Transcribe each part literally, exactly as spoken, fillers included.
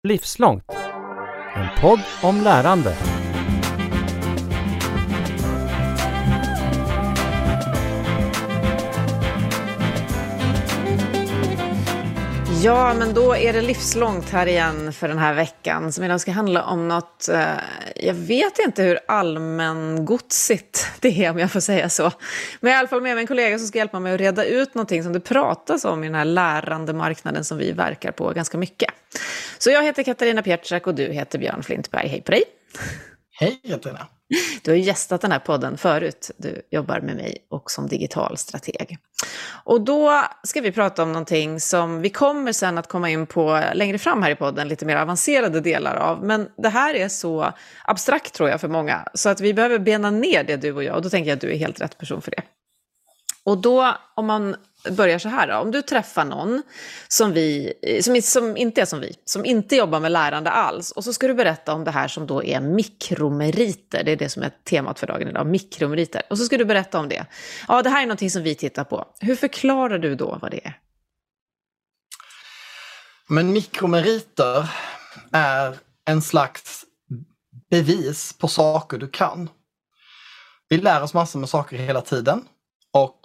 Livslångt. En podd om lärande. Ja, men då är det livslångt här igen för den här veckan som idag ska handla om något, eh, jag vet inte hur allmängodsigt det är om jag får säga så. Men jag har i alla fall med mig en kollega som ska hjälpa mig att reda ut någonting som det pratas om i den här lärande marknaden som vi verkar på ganska mycket. Så jag heter Katarina Pietrak och du heter Björn Flintberg. Hej på dig! Hej Katarina! Du har ju gästat den här podden förut. Du jobbar med mig och som digital strateg. Och då ska vi prata om någonting som vi kommer sen att komma in på längre fram här i podden, lite mer avancerade delar av. Men det här är så abstrakt tror jag för många, så att vi behöver bena ner det du och jag. Och då tänker jag att du är helt rätt person för det. Och då, om man börjar så här då, om du träffar någon som, vi, som, som inte är som vi, som inte jobbar med lärande alls, och så ska du berätta om det här som då är mikromeriter, det är det som är temat för dagen idag, mikromeriter, och så ska du berätta om det. Ja, det här är någonting som vi tittar på. Hur förklarar du då vad det är? Men mikromeriter är en slags bevis på saker du kan. Vi lär oss massor med saker hela tiden. Och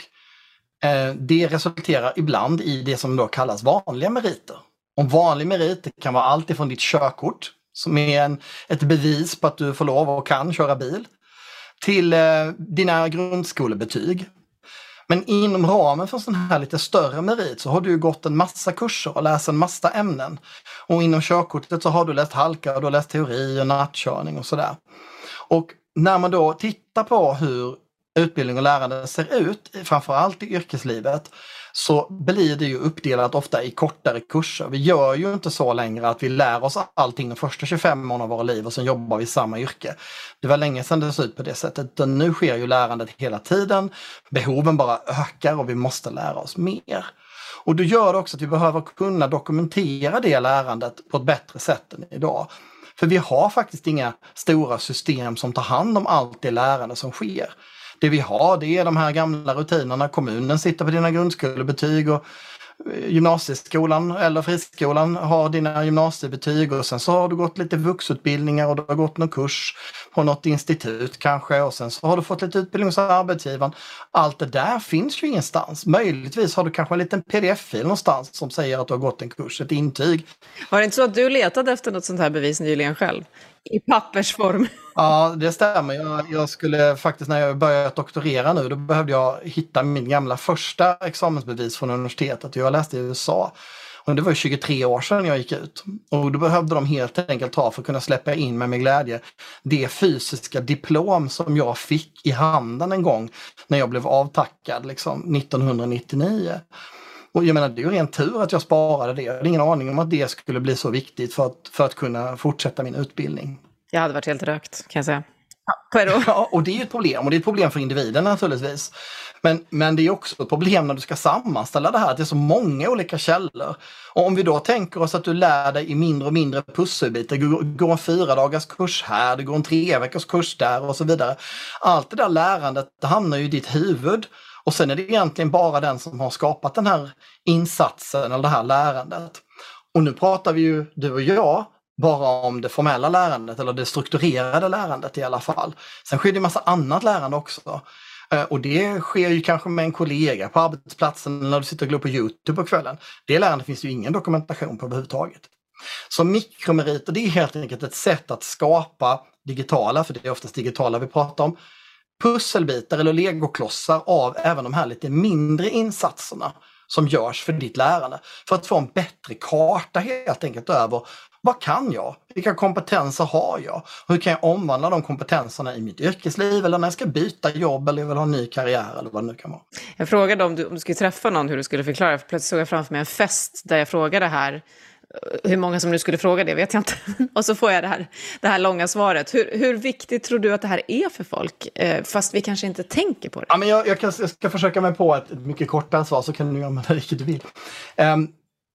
eh, det resulterar ibland i det som då kallas vanliga meriter. Och vanlig merit kan vara allt ifrån ditt körkort, som är en, ett bevis på att du får lov och kan köra bil, till eh, dina grundskolebetyg. Men inom ramen för sån här lite större merit så har du gått en massa kurser och läst en massa ämnen. Och inom körkortet så har du läst halka och du har läst teori och nattkörning och sådär. Och när man då tittar på hur utbildning och lärande ser ut, framförallt i yrkeslivet, så blir det ju uppdelat ofta i kortare kurser. Vi gör ju inte så längre att vi lär oss allting de första tjugofem månaderna av våra liv och sen jobbar vi i samma yrke. Det var länge sedan det såg ut på det sättet. Nu sker ju lärandet hela tiden. Behoven bara ökar och vi måste lära oss mer. Och det gör det också att vi behöver kunna dokumentera det lärandet på ett bättre sätt än idag. För vi har faktiskt inga stora system som tar hand om allt det lärande som sker. Det vi har, det är de här gamla rutinerna. Kommunen sitter på dina grundskolebetyg och gymnasieskolan eller friskolan har dina gymnasiebetyg, och sen så har du gått lite vuxutbildningar och du har gått någon kurs på något institut kanske, och sen så har du fått lite utbildning hos arbetsgivaren. Allt det där finns ju ingenstans. Möjligtvis har du kanske en liten pdf-fil någonstans som säger att du har gått en kurs, ett intyg. Var det inte så att du letade efter något sånt här bevis nyligen själv? I pappersform? Ja, det stämmer. Jag, jag skulle faktiskt, när jag började doktorera nu, då behövde jag hitta min gamla första examensbevis från universitetet. Jag läste i U S A. Och det var tjugotre år sedan jag gick ut. Och då behövde de helt enkelt ta, för att kunna släppa in mig med glädje, det fysiska diplom som jag fick i handen en gång när jag blev avtackad liksom, nittonhundranittionio. Och jag menar, det är ju ren tur att jag sparade det. Jag hade ingen aning om att det skulle bli så viktigt för att, för att kunna fortsätta min utbildning. Jag hade varit helt rökt, kan jag säga. Ja, ja, och det är ju ett problem. Och det är ett problem för individen naturligtvis. Men, men det är också ett problem när du ska sammanställa det här. Det är så många olika källor. Och om vi då tänker oss att du lär dig i mindre och mindre pusselbitar. Du går en fyra dagars kurs här, du går en tre veckors kurs där och så vidare. Allt det där lärandet, det hamnar ju i ditt huvud. Och sen är det egentligen bara den som har skapat den här insatsen eller det här lärandet. Och nu pratar vi ju, du och jag, bara om det formella lärandet eller det strukturerade lärandet i alla fall. Sen sker det en massa annat lärande också. Och det sker ju kanske med en kollega på arbetsplatsen när du sitter och glor på YouTube på kvällen. Det lärandet finns ju ingen dokumentation på överhuvudtaget. Så mikromeriter, det är helt enkelt ett sätt att skapa digitala, för det är oftast digitala vi pratar om, pusselbitar eller legoklossar av även de här lite mindre insatserna som görs för ditt lärande. För att få en bättre karta helt enkelt över vad kan jag? Vilka kompetenser har jag? Hur kan jag omvandla de kompetenserna i mitt yrkesliv eller när jag ska byta jobb eller vill ha en ny karriär eller vad det nu kan vara. Jag frågade om du, om du skulle träffa någon hur du skulle förklara. För plötsligt såg jag framför mig en fest där jag frågade här. Hur många som nu skulle fråga det vet jag inte. Och så får jag det här, det här långa svaret. Hur, hur viktigt tror du att det här är för folk? Eh, fast vi kanske inte tänker på det. Ja, men jag, jag, kan, jag ska försöka mig på ett, ett mycket kortare svar, så kan du använda vilket du vill. Um,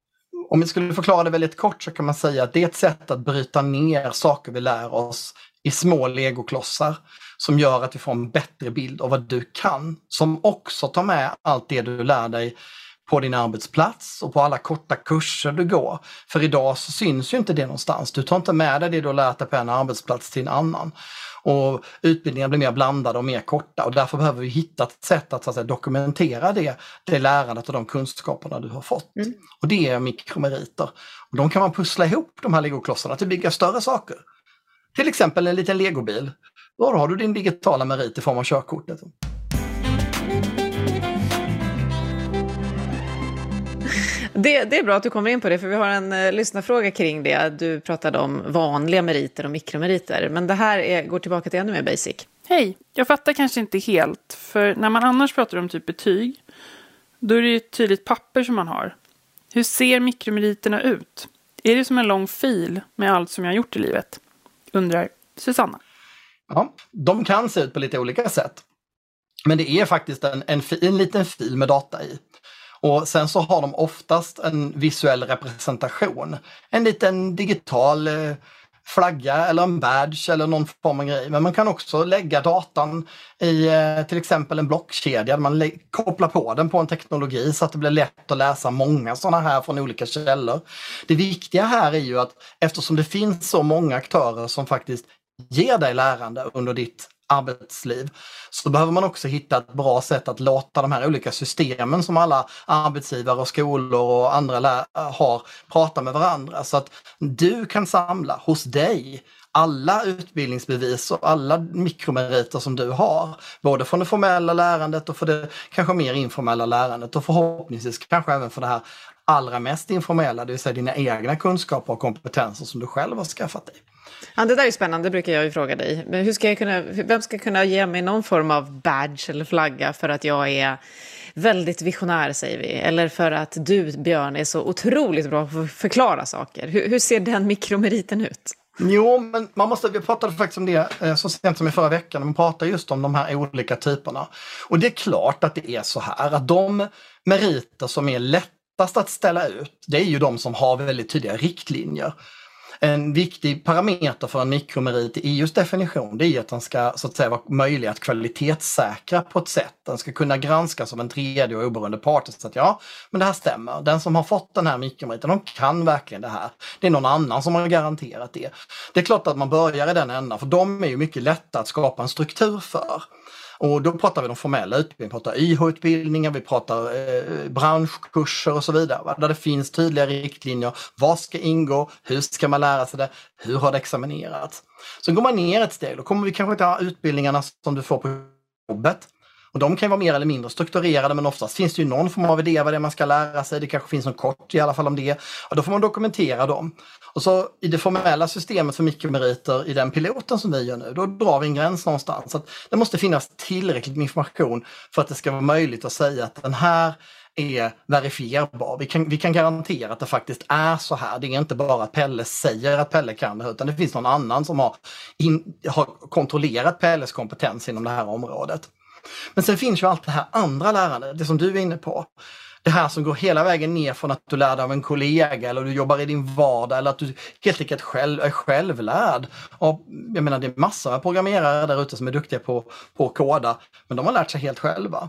om vi skulle förklara det väldigt kort så kan man säga att det är ett sätt att bryta ner saker vi lär oss i små legoklossar som gör att vi får en bättre bild av vad du kan. Som också tar med allt det du lär dig på din arbetsplats och på alla korta kurser du går. För idag så syns ju inte det någonstans. Du tar inte med dig det du har lärt dig på en arbetsplats till en annan. Och utbildningar blir mer blandade och mer korta och därför behöver vi hitta ett sätt att, så att säga, dokumentera det, det lärandet och de kunskaperna du har fått. Mm. Och det är mikromeriter. Och de kan man pussla ihop, de här legoklossarna, till att bygga större saker. Till exempel en liten legobil. Då har du din digitala merit i form av körkortet. Det, det är bra att du kommer in på det, för vi har en uh, lyssnarfråga kring det. Du pratade om vanliga meriter och mikromeriter, men det här är, går tillbaka till ännu mer basic. Hej, jag fattar kanske inte helt, för när man annars pratar om typ betyg, då är det ju ett tydligt papper som man har. Hur ser mikromeriterna ut? Är det som en lång fil med allt som jag har gjort i livet? Undrar Susanna. Ja, de kan se ut på lite olika sätt. Men det är faktiskt en, en, en liten fil med data i. Och sen så har de oftast en visuell representation. En liten digital eh, flagga eller en badge eller någon form av grej. Men man kan också lägga datan i eh, till exempel en blockkedja. Man lä- kopplar på den på en teknologi så att det blir lätt att läsa många sådana här från olika källor. Det viktiga här är ju att eftersom det finns så många aktörer som faktiskt ger dig lärande under ditt arbetsliv, så behöver man också hitta ett bra sätt att låta de här olika systemen som alla arbetsgivare och skolor och andra lä- har prata med varandra, så att du kan samla hos dig alla utbildningsbevis och alla mikromeriter som du har, både från det formella lärandet och för det kanske mer informella lärandet och förhoppningsvis kanske även för det här allra mest informella, det vill säga dina egna kunskaper och kompetenser som du själv har skaffat dig. Ja, det där är spännande, brukar jag ju fråga dig. Men hur ska jag kunna, vem ska kunna ge mig någon form av badge eller flagga för att jag är väldigt visionär, säger vi? Eller för att du, Björn, är så otroligt bra på att förklara saker. Hur, hur ser den mikromeriten ut? Jo, men man måste, vi pratade faktiskt om det eh, så sent som i förra veckan. Man pratar just om de här olika typerna. Och det är klart att det är så här att de meriter som är lättast att ställa ut, det är ju de som har väldigt tydliga riktlinjer. En viktig parameter för en mikromerit i E U:s definition, det är att den ska, så att säga, vara möjlig att kvalitetssäkra på ett sätt. Den ska kunna granskas av en tredje och oberoende part. Så att ja, men det här stämmer. Den som har fått den här mikromeriten, de kan verkligen det här. Det är någon annan som har garanterat det. Det är klart att man börjar i den ändan, för de är ju mycket lätta att skapa en struktur för. Och då pratar vi om formella utbildningar, vi pratar Y H-utbildningar, vi pratar eh, branschkurser och så vidare. Va? Där det finns tydliga riktlinjer, vad ska ingå, hur ska man lära sig det, hur har det examinerats. Så går man ner ett steg, då kommer vi kanske inte ha utbildningarna som du får på jobbet. Och de kan ju vara mer eller mindre strukturerade, men oftast finns det ju någon form av idé vad det är man ska lära sig. Det kanske finns en kort i alla fall om det. Och då får man dokumentera dem. Och så i det formella systemet för mikromeriter i den piloten som vi gör nu, då drar vi en gräns någonstans. Så att det måste finnas tillräckligt med information för att det ska vara möjligt att säga att den här är verifierbar. Vi kan, vi kan garantera att det faktiskt är så här. Det är inte bara att Pelle säger att Pelle kan det, utan det finns någon annan som har, in, har kontrollerat Pelles kompetens inom det här området. Men sen finns ju allt det här andra lärandet, det som du är inne på. Det här som går hela vägen ner från att du lär dig av en kollega eller du jobbar i din vardag eller att du helt enkelt själv är självlärd. Och jag menar, det är massor av programmerare där ute som är duktiga på, på att koda, men de har lärt sig helt själva.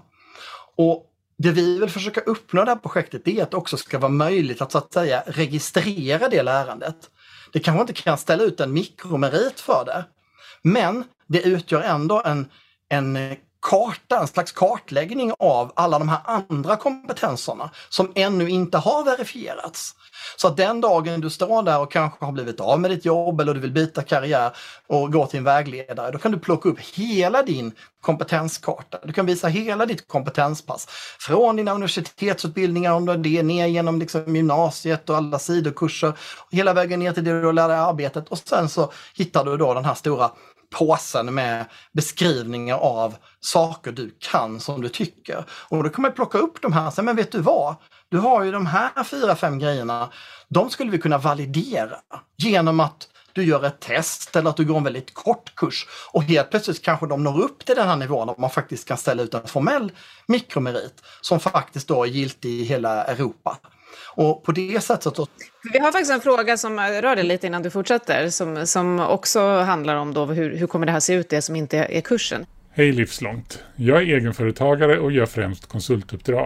Och det vi vill försöka uppnå det här projektet är att det också ska vara möjligt att, så att säga, registrera det lärandet. Det kanske inte kan ställa ut en mikromerit för det, men det utgör ändå en, en karta, en slags kartläggning av alla de här andra kompetenserna som ännu inte har verifierats. Så att den dagen du står där och kanske har blivit av med ditt jobb eller du vill byta karriär och gå till en vägledare, då kan du plocka upp hela din kompetenskarta. Du kan visa hela ditt kompetenspass. Från dina universitetsutbildningar, om du har det, ner genom liksom gymnasiet och alla sidokurser, hela vägen ner till det du lär dig arbetet, och sen så hittar du då den här stora påsen med beskrivningar av saker du kan som du tycker. Och då kan man plocka upp de här, men vet du vad? Du har ju de här fyra, fem grejerna. De skulle vi kunna validera genom att du gör ett test eller att du går en väldigt kort kurs. Och helt plötsligt kanske de når upp till den här nivån där man faktiskt kan ställa ut en formell mikromerit som faktiskt då är giltig i hela Europa. Och på det sättet så... Vi har faktiskt en fråga som rör dig lite innan du fortsätter, som, som också handlar om då hur, hur kommer det här se ut, det som inte är kursen. Hej Livslångt. Jag är egenföretagare och gör främst konsultuppdrag.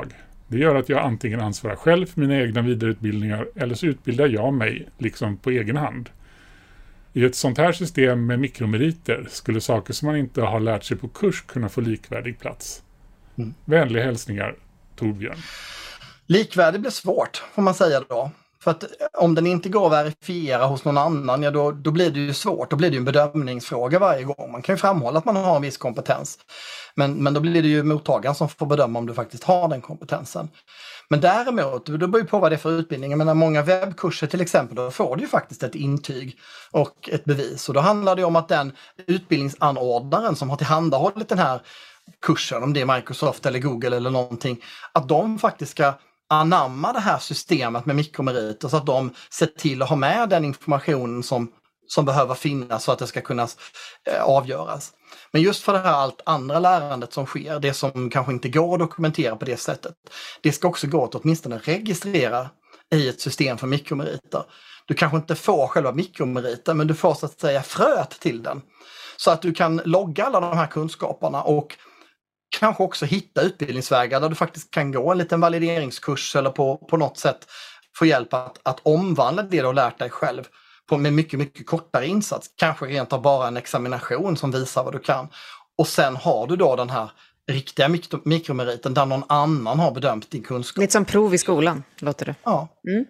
Det gör att jag antingen ansvarar själv för mina egna vidareutbildningar eller så utbildar jag mig liksom på egen hand. I ett sånt här system med mikromeriter skulle saker som man inte har lärt sig på kurs kunna få likvärdig plats. Mm. Vänliga hälsningar, Torbjörn. Likvärdig blir svårt, får man säga då. För att om den inte går att verifiera hos någon annan, ja då, då blir det ju svårt. Då blir det ju en bedömningsfråga varje gång. Man kan ju framhålla att man har en viss kompetens. Men, men då blir det ju mottagaren som får bedöma om du faktiskt har den kompetensen. Men däremot, då beror ju på vad det är för utbildning. Men många webbkurser till exempel, då får du ju faktiskt ett intyg och ett bevis. Och då handlar det om att den utbildningsanordnaren som har tillhandahållit den här kursen, om det är Microsoft eller Google eller någonting, att de faktiskt ska anamma det här systemet med mikromeriter så att de ser till att ha med den informationen som, som behöver finnas så att det ska kunna eh, avgöras. Men just för det här allt andra lärandet som sker, det som kanske inte går att dokumentera på det sättet, det ska också gå att åtminstone registrera i ett system för mikromeriter. Du kanske inte får själva mikromeriten, men du får så att säga fröet till den. Så att du kan logga alla de här kunskaperna och kanske också hitta utbildningsvägar där du faktiskt kan gå en liten valideringskurs eller på, på något sätt få hjälp att, att omvandla det du har lärt dig själv på, med mycket, mycket kortare insats. Kanske rent av bara en examination som visar vad du kan. Och sen har du då den här riktiga mikro, mikromeriten där någon annan har bedömt din kunskap. Lite som prov i skolan, låter det. Ja. Mm.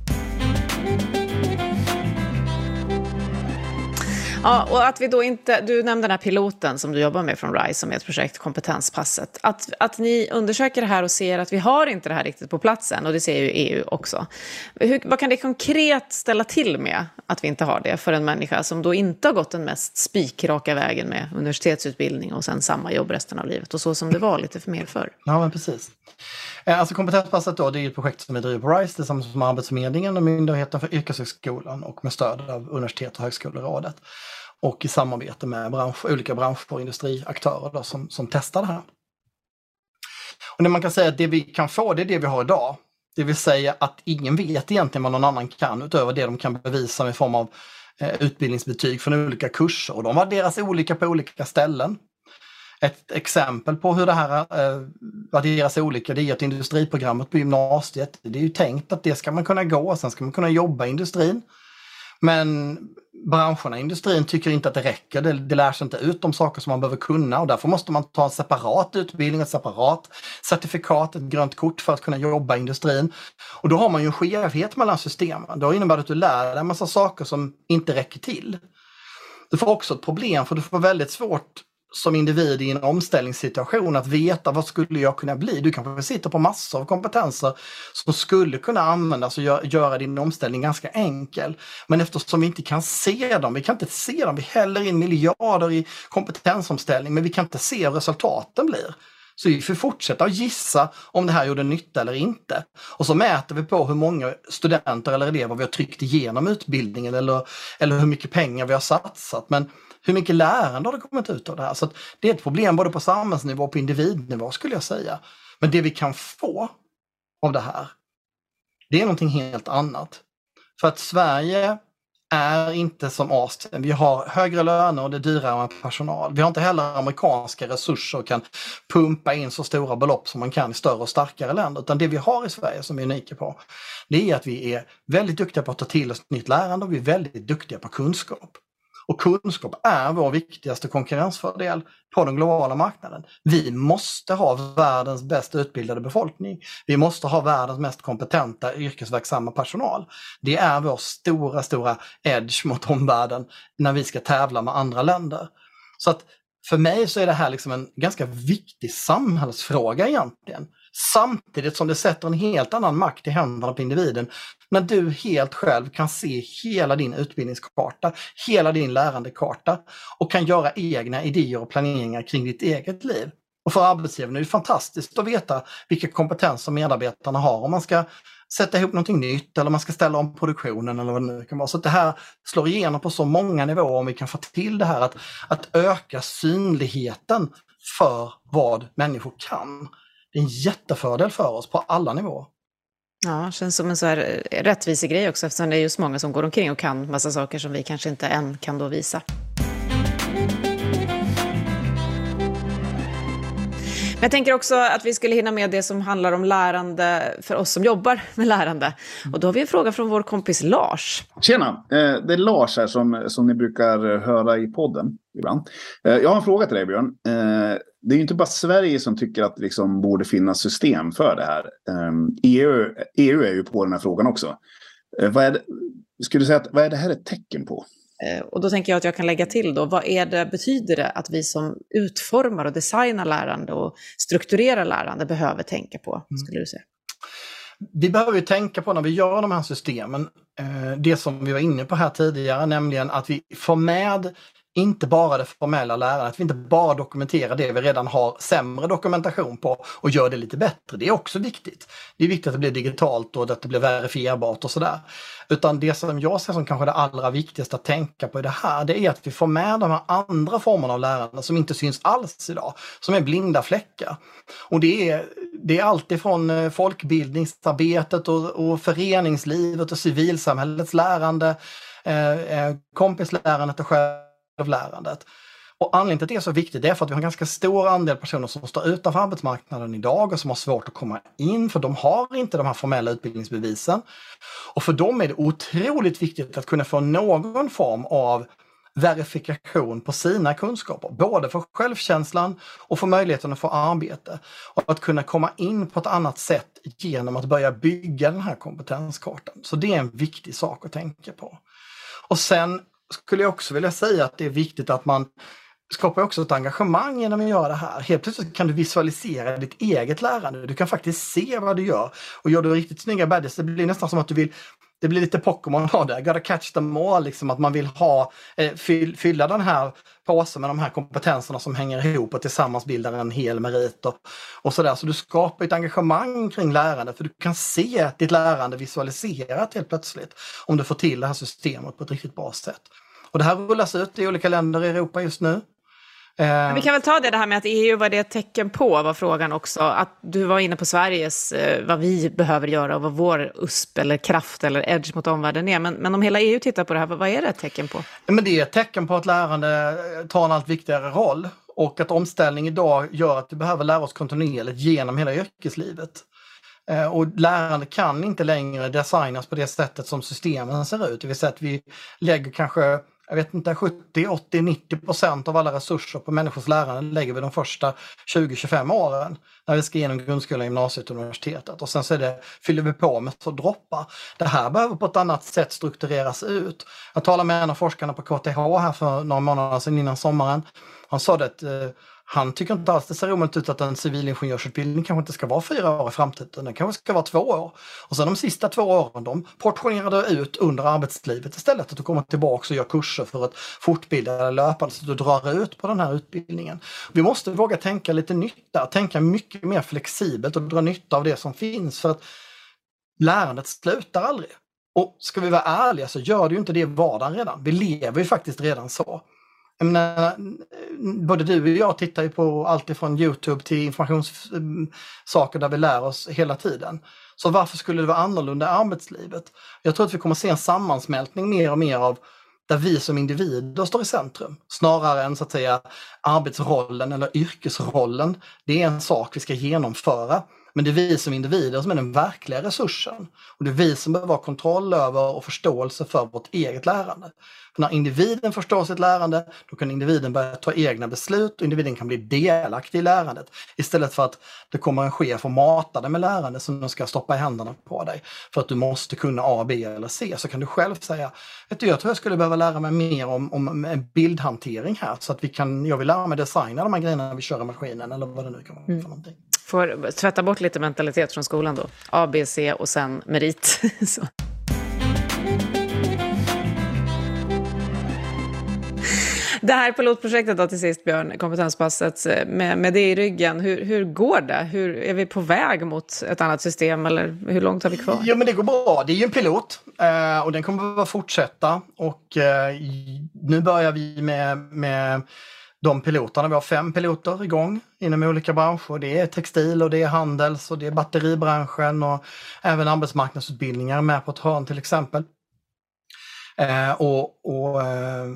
Ja, och att vi då inte, du nämnde den här piloten som du jobbar med från RISE som är ett projekt, Kompetenspasset. Att, att ni undersöker det här och ser att vi har inte det här riktigt på platsen, och det ser ju E U också. Hur, vad kan det konkret ställa till med att vi inte har det för en människa som då inte har gått den mest spikraka vägen med universitetsutbildning och sen samma jobb resten av livet och så som det var lite för mer förr? Ja, men precis. Alltså Kompetenspasset då, det är ett projekt som vi driver på RISE tillsammans med Arbetsförmedlingen och Myndigheten för yrkeshögskolan och med stöd av Universitet- och högskolerådet. Och i samarbete med bransch, olika branscher och industriaktörer då, som, som testar det här. Och det man kan säga att det vi kan få, det är det vi har idag. Det vill säga att ingen vet egentligen vad någon annan kan utöver det de kan bevisa med form av eh, utbildningsbetyg från olika kurser. Och de värderas olika på olika ställen. Ett exempel på hur det här eh, värderas olika, det är att industriprogrammet på gymnasiet, det är ju tänkt att det ska man kunna gå och sen ska man kunna jobba i industrin. Men branscherna i industrin tycker inte att det räcker, det, det lär sig inte ut de saker som man behöver kunna och därför måste man ta en separat utbildning, ett separat certifikat, ett grönt kort för att kunna jobba i industrin. Och då har man ju en skevhet mellan systemen. Då innebär det att du lär dig en massa saker som inte räcker till. Du får också ett problem för du får väldigt svårt som individ i en omställningssituation att veta vad skulle jag kunna bli. Du kanske sitter på massor av kompetenser som skulle kunna användas och gö- göra din omställning ganska enkel. Men eftersom vi inte kan se dem, vi kan inte se dem, vi häller in miljarder i kompetensomställning men vi kan inte se hur resultaten blir. Så vi får fortsätta att gissa om det här gjorde nytta eller inte. Och så mäter vi på hur många studenter eller elever vi har tryckt igenom utbildningen eller, eller hur mycket pengar vi har satsat. Men hur mycket lärande har det kommit ut av det här? Så att det är ett problem både på samhällsnivå och på individnivå skulle jag säga. Men det vi kan få av det här, det är någonting helt annat. För att Sverige är inte som Asien. Vi har högre löner och det är dyrare med personal. Vi har inte heller amerikanska resurser och kan pumpa in så stora belopp som man kan i större och starkare länder. Utan det vi har i Sverige som vi är unika på, det är att vi är väldigt duktiga på att ta till oss nytt lärande och vi är väldigt duktiga på kunskap. Och kunskap är vår viktigaste konkurrensfördel på den globala marknaden. Vi måste ha världens bäst utbildade befolkning. Vi måste ha världens mest kompetenta yrkesverksamma personal. Det är vår stora, stora edge mot omvärlden när vi ska tävla med andra länder. Så att för mig så är det här liksom en ganska viktig samhällsfråga egentligen. Samtidigt som det sätter en helt annan makt i händerna på individen när du helt själv kan se hela din utbildningskarta, hela din lärandekarta och kan göra egna idéer och planeringar kring ditt eget liv. Och för arbetsgivarna är det fantastiskt att veta vilka kompetenser medarbetarna har om man ska sätta ihop någonting nytt eller man ska ställa om produktionen eller vad det nu kan vara. Så att det här slår igenom på så många nivåer om vi kan få till det här att, att öka synligheten för vad människor kan. Det är en jättefördel för oss på alla nivåer. Ja, det känns som en så här rättvisegrej också eftersom det är just många som går omkring och kan massa saker som vi kanske inte än kan då visa. Jag tänker också att vi skulle hinna med det som handlar om lärande för oss som jobbar med lärande. Och då har vi en fråga från vår kompis Lars. Tjena, eh, det är Lars här som, som ni brukar höra i podden ibland. Eh, jag har en fråga till dig, Björn. Eh, det är ju inte bara Sverige som tycker att det liksom borde finnas system för det här. Eh, E U, E U är ju på den här frågan också. Eh, vad är det, skulle du säga att vad är det här ett tecken på? Och då tänker jag att jag kan lägga till då, vad är det, betyder det att vi som utformar och designar lärande och strukturerar lärande behöver tänka på, skulle du säga? Vi behöver ju tänka på när vi gör de här systemen, det som vi var inne på här tidigare, nämligen att vi får med inte bara det formella lärandet, att vi inte bara dokumenterar det vi redan har sämre dokumentation på och gör det lite bättre. Det är också viktigt. Det är viktigt att det blir digitalt och att det blir verifierbart och sådär. Utan det som jag ser som kanske det allra viktigaste att tänka på i det här, det är att vi får med de här andra formerna av lärande som inte syns alls idag, som är blinda fläckar. Och det är, det är allt ifrån folkbildningsarbetet och, och föreningslivet och civilsamhällets lärande, eh, kompislärandet och självlärandet. Och anledningen till att det är så viktigt är för att vi har en ganska stor andel personer som står utanför arbetsmarknaden idag och som har svårt att komma in, för de har inte de här formella utbildningsbevisen. Och för dem är det otroligt viktigt att kunna få någon form av verifikation på sina kunskaper, både för självkänslan och för möjligheten att få arbete. Och att kunna komma in på ett annat sätt genom att börja bygga den här kompetenskartan. Så det är en viktig sak att tänka på. Och sen skulle jag också vilja säga att det är viktigt att man skapar också ett engagemang genom att göra det här. Helt plötsligt kan du visualisera ditt eget lärande. Du kan faktiskt se vad du gör. Och gör du riktigt snygga badges, det blir nästan som att du vill, det blir lite Pokémon av det. Gotta catch them all, liksom att man vill ha, eh, fyll, fylla den här påsen med de här kompetenserna som hänger ihop och tillsammans bildar en hel merit och, och sådär. Så du skapar ett engagemang kring lärande, för du kan se ditt lärande visualiserat helt plötsligt om du får till det här systemet på ett riktigt bra sätt. Och det här rullas ut i olika länder i Europa just nu. Men vi kan väl ta det, det här med att E U var det ett tecken på, var frågan också. Att du var inne på Sveriges, vad vi behöver göra och vad vår U S P eller kraft eller edge mot omvärlden är. Men, men om hela E U tittar på det här, vad är det ett tecken på? Men det är ett tecken på att lärande tar en allt viktigare roll. Och att omställning idag gör att vi behöver lära oss kontinuerligt genom hela yrkeslivet. Och lärande kan inte längre designas på det sättet som systemen ser ut. Det vill säga att vi lägger kanske, jag vet inte, sjuttio, åttio, nittio procent av alla resurser på människors lärande lägger vi de första tjugo till tjugofem åren när vi ska igenom grundskolan, gymnasiet och universitetet. Och sen så är det, fyller vi på med så droppar. Det här behöver på ett annat sätt struktureras ut. Jag talade med en av forskarna på K T H här för några månader sedan innan sommaren. Han sa det att eh, han tycker inte alls det ser roligt ut att en civilingenjörsutbildning kanske inte ska vara fyra år i framtiden. Den kanske ska vara två år. Och sen de sista två åren, de portionerade ut under arbetslivet istället. Att du kommer tillbaka och gör kurser för att fortbilda eller löpande så att du drar ut på den här utbildningen. Vi måste våga tänka lite nytt där. Tänka mycket mer flexibelt och dra nytta av det som finns. För att lärandet slutar aldrig. Och ska vi vara ärliga så gör det ju inte det i vardagen redan. Vi lever ju faktiskt redan så. Jag menar, både du och jag tittar ju på allt ifrån YouTube till informationssaker där vi lär oss hela tiden. Så varför skulle det vara annorlunda i arbetslivet? Jag tror att vi kommer se en sammansmältning mer och mer av där vi som individer står i centrum. Snarare än så att säga arbetsrollen eller yrkesrollen. Det är en sak vi ska genomföra. Men det är vi som individer som är den verkliga resursen. Och det är vi som behöver ha kontroll över och förståelse för vårt eget lärande. För när individen förstår sitt lärande, då kan individen börja ta egna beslut och individen kan bli delaktig i lärandet. Istället för att det kommer en chef och matar dig med lärande som de ska stoppa i händerna på dig. För att du måste kunna A, B eller C. Så kan du själv säga, vet du, jag tror jag skulle behöva lära mig mer om, om en bildhantering här. Så att vi kan, jag vill lära mig designa de här grejerna när vi kör i maskinen eller vad det nu kan vara för någonting. Får tvätta bort lite mentalitet från skolan då. A, B, C och sen merit. Så. Det här pilotprojektet då till sist, Björn, kompetenspasset, med, med det i ryggen, hur, hur går det? Hur, är vi på väg mot ett annat system eller hur långt har vi kvar? Ja, men det går bra. Det är ju en pilot eh, och den kommer att fortsätta och eh, nu börjar vi med, med de piloterna. Vi har fem piloter igång inom olika branscher. Det är textil och det är handels och det är batteribranschen och även arbetsmarknadsutbildningar med på ett hörn till exempel. Eh, och och eh,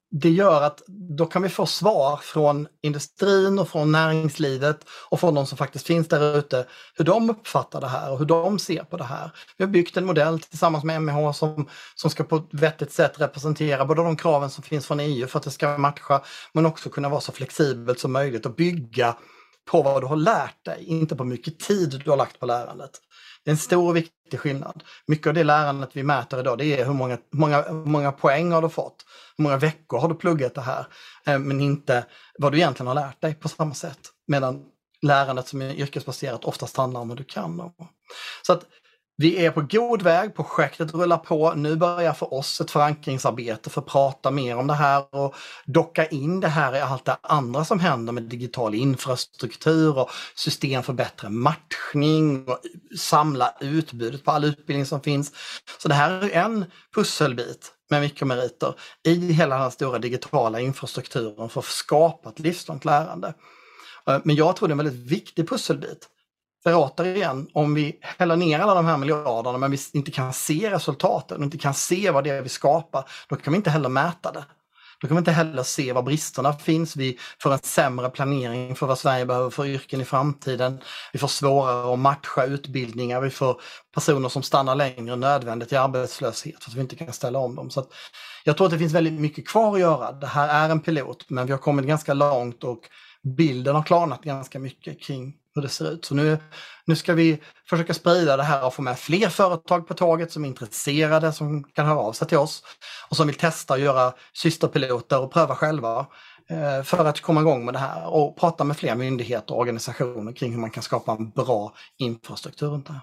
det gör att då kan vi få svar från industrin och från näringslivet och från de som faktiskt finns där ute, hur de uppfattar det här och hur de ser på det här. Vi har byggt en modell tillsammans med M E H som, som ska på ett vettigt sätt representera både de kraven som finns från E U för att det ska matcha, men också kunna vara så flexibelt som möjligt och bygga på vad du har lärt dig, inte på mycket tid du har lagt på lärandet. Det är en stor och viktig skillnad. Mycket av det lärandet vi mäter idag, det är hur många, många, många poäng har du fått, hur många veckor har du pluggat det här, men inte vad du egentligen har lärt dig på samma sätt. Medan lärandet som är yrkesbaserat oftast handlar om vad du kan. Så att vi är på god väg, projektet rullar på. Nu börjar för oss ett förankringsarbete för att prata mer om det här och docka in det här i allt det andra som händer med digital infrastruktur och system för bättre matchning och samla utbudet på all utbildning som finns. Så det här är en pusselbit med mikromeriter i hela den stora digitala infrastrukturen för att skapa ett livslångt lärande. Men jag tror det är en väldigt viktig pusselbit. För återigen, om vi häller ner alla de här miljarderna men vi inte kan se resultaten och inte kan se vad det är vi skapar, då kan vi inte heller mäta det. Då kan vi inte heller se var bristerna finns. Vi får en sämre planering för vad Sverige behöver för yrken i framtiden. Vi får svårare att matcha utbildningar. Vi får personer som stannar längre än nödvändigt i arbetslöshet för att vi inte kan ställa om dem. Så att jag tror att det finns väldigt mycket kvar att göra. Det här är en pilot, men vi har kommit ganska långt och bilden har klarnat ganska mycket kring hur det ser ut. Så nu, nu ska vi försöka sprida det här och få med fler företag på tåget som är intresserade, som kan höra av sig till oss och som vill testa och göra systerpiloter och pröva själva eh, för att komma igång med det här och prata med fler myndigheter och organisationer kring hur man kan skapa en bra infrastruktur runt det här.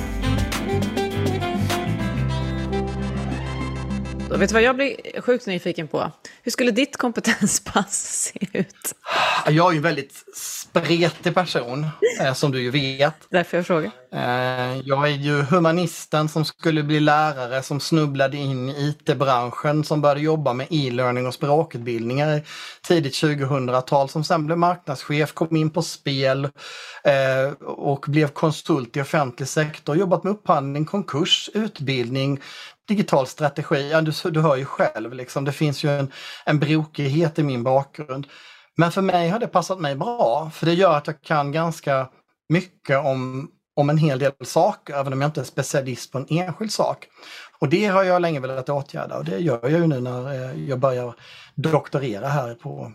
Och vet du vad jag blir sjukt nyfiken på? Hur skulle ditt kompetenspass se ut? Jag är ju en väldigt spretig person, eh, som du ju vet. Därför jag frågar. Eh, jag är ju humanisten som skulle bli lärare, som snubblade in i I T-branschen, som började jobba med e-learning och språkutbildningar i tidigt tjugohundratal, som sen blev marknadschef, kom in på spel eh, och blev konsult i offentlig sektor, jobbat med upphandling, konkurs, utbildning, digital strategi. Ja, du, du hör ju själv, liksom. Det finns ju en, en brokighet i min bakgrund. Men för mig har det passat mig bra, för det gör att jag kan ganska mycket om, om en hel del saker, även om jag inte är specialist på en enskild sak. Och det har jag länge velat åtgärda, och det gör jag ju nu när jag börjar doktorera här på...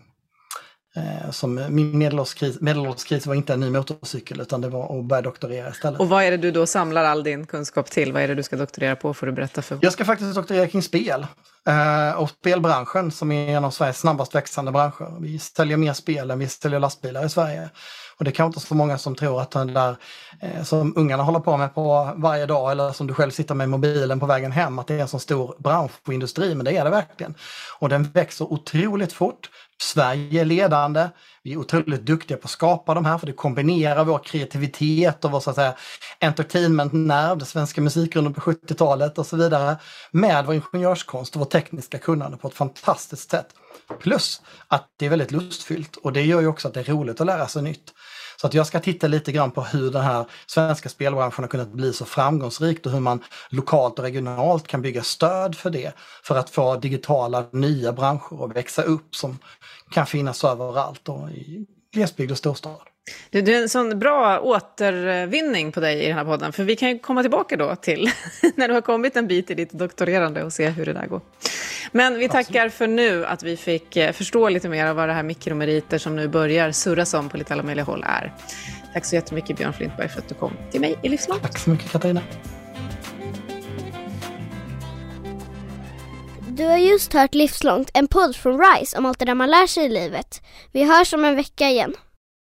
Eh, som min medelårskris, medelårskris var inte en ny motorcykel, utan det var att börja doktorera istället. Och vad är det du då samlar all din kunskap till? Vad är det du ska doktorera på, får du berätta för? Jag ska faktiskt doktorera kring spel. Eh, och spelbranschen, som är en av Sveriges snabbast växande branscher. Vi säljer mer spel än vi säljer lastbilar i Sverige. Och det kan inte så många som tror att den där eh, som ungarna håller på med på varje dag, eller som du själv sitter med mobilen på vägen hem, att det är en så stor bransch på industri, men det är det verkligen. Och den växer otroligt fort. Sverige är ledande, vi är otroligt duktiga på att skapa de här, för det kombinerar vår kreativitet och vår, så att säga, entertainment-nerv, det svenska musikgrunden på sjuttiotalet och så vidare, med vår ingenjörskonst och vår tekniska kunnande på ett fantastiskt sätt. Plus att det är väldigt lustfyllt, och det gör ju också att det är roligt att lära sig nytt. Så att jag ska titta lite grann på hur den här svenska spelbranschen har kunnat bli så framgångsrikt och hur man lokalt och regionalt kan bygga stöd för det, för att få digitala nya branscher att växa upp som kan finnas överallt och i glesbygd och storstad. Du, det är en sån bra återvinning på dig i den här podden, för vi kan ju komma tillbaka då till när du har kommit en bit i ditt doktorerande och se hur det där går. Men vi tackar Absolut. För nu att vi fick förstå lite mer av vad det här mikromeriter som nu börjar surras om på lite alla möjliga håll är. Tack så jättemycket, Björn Flintberg, för att du kom till mig i Livslångt. Tack så mycket, Katarina. Du har just hört Livslångt, en podd från RISE om allt det där man lär sig i livet. Vi hörs om en vecka igen.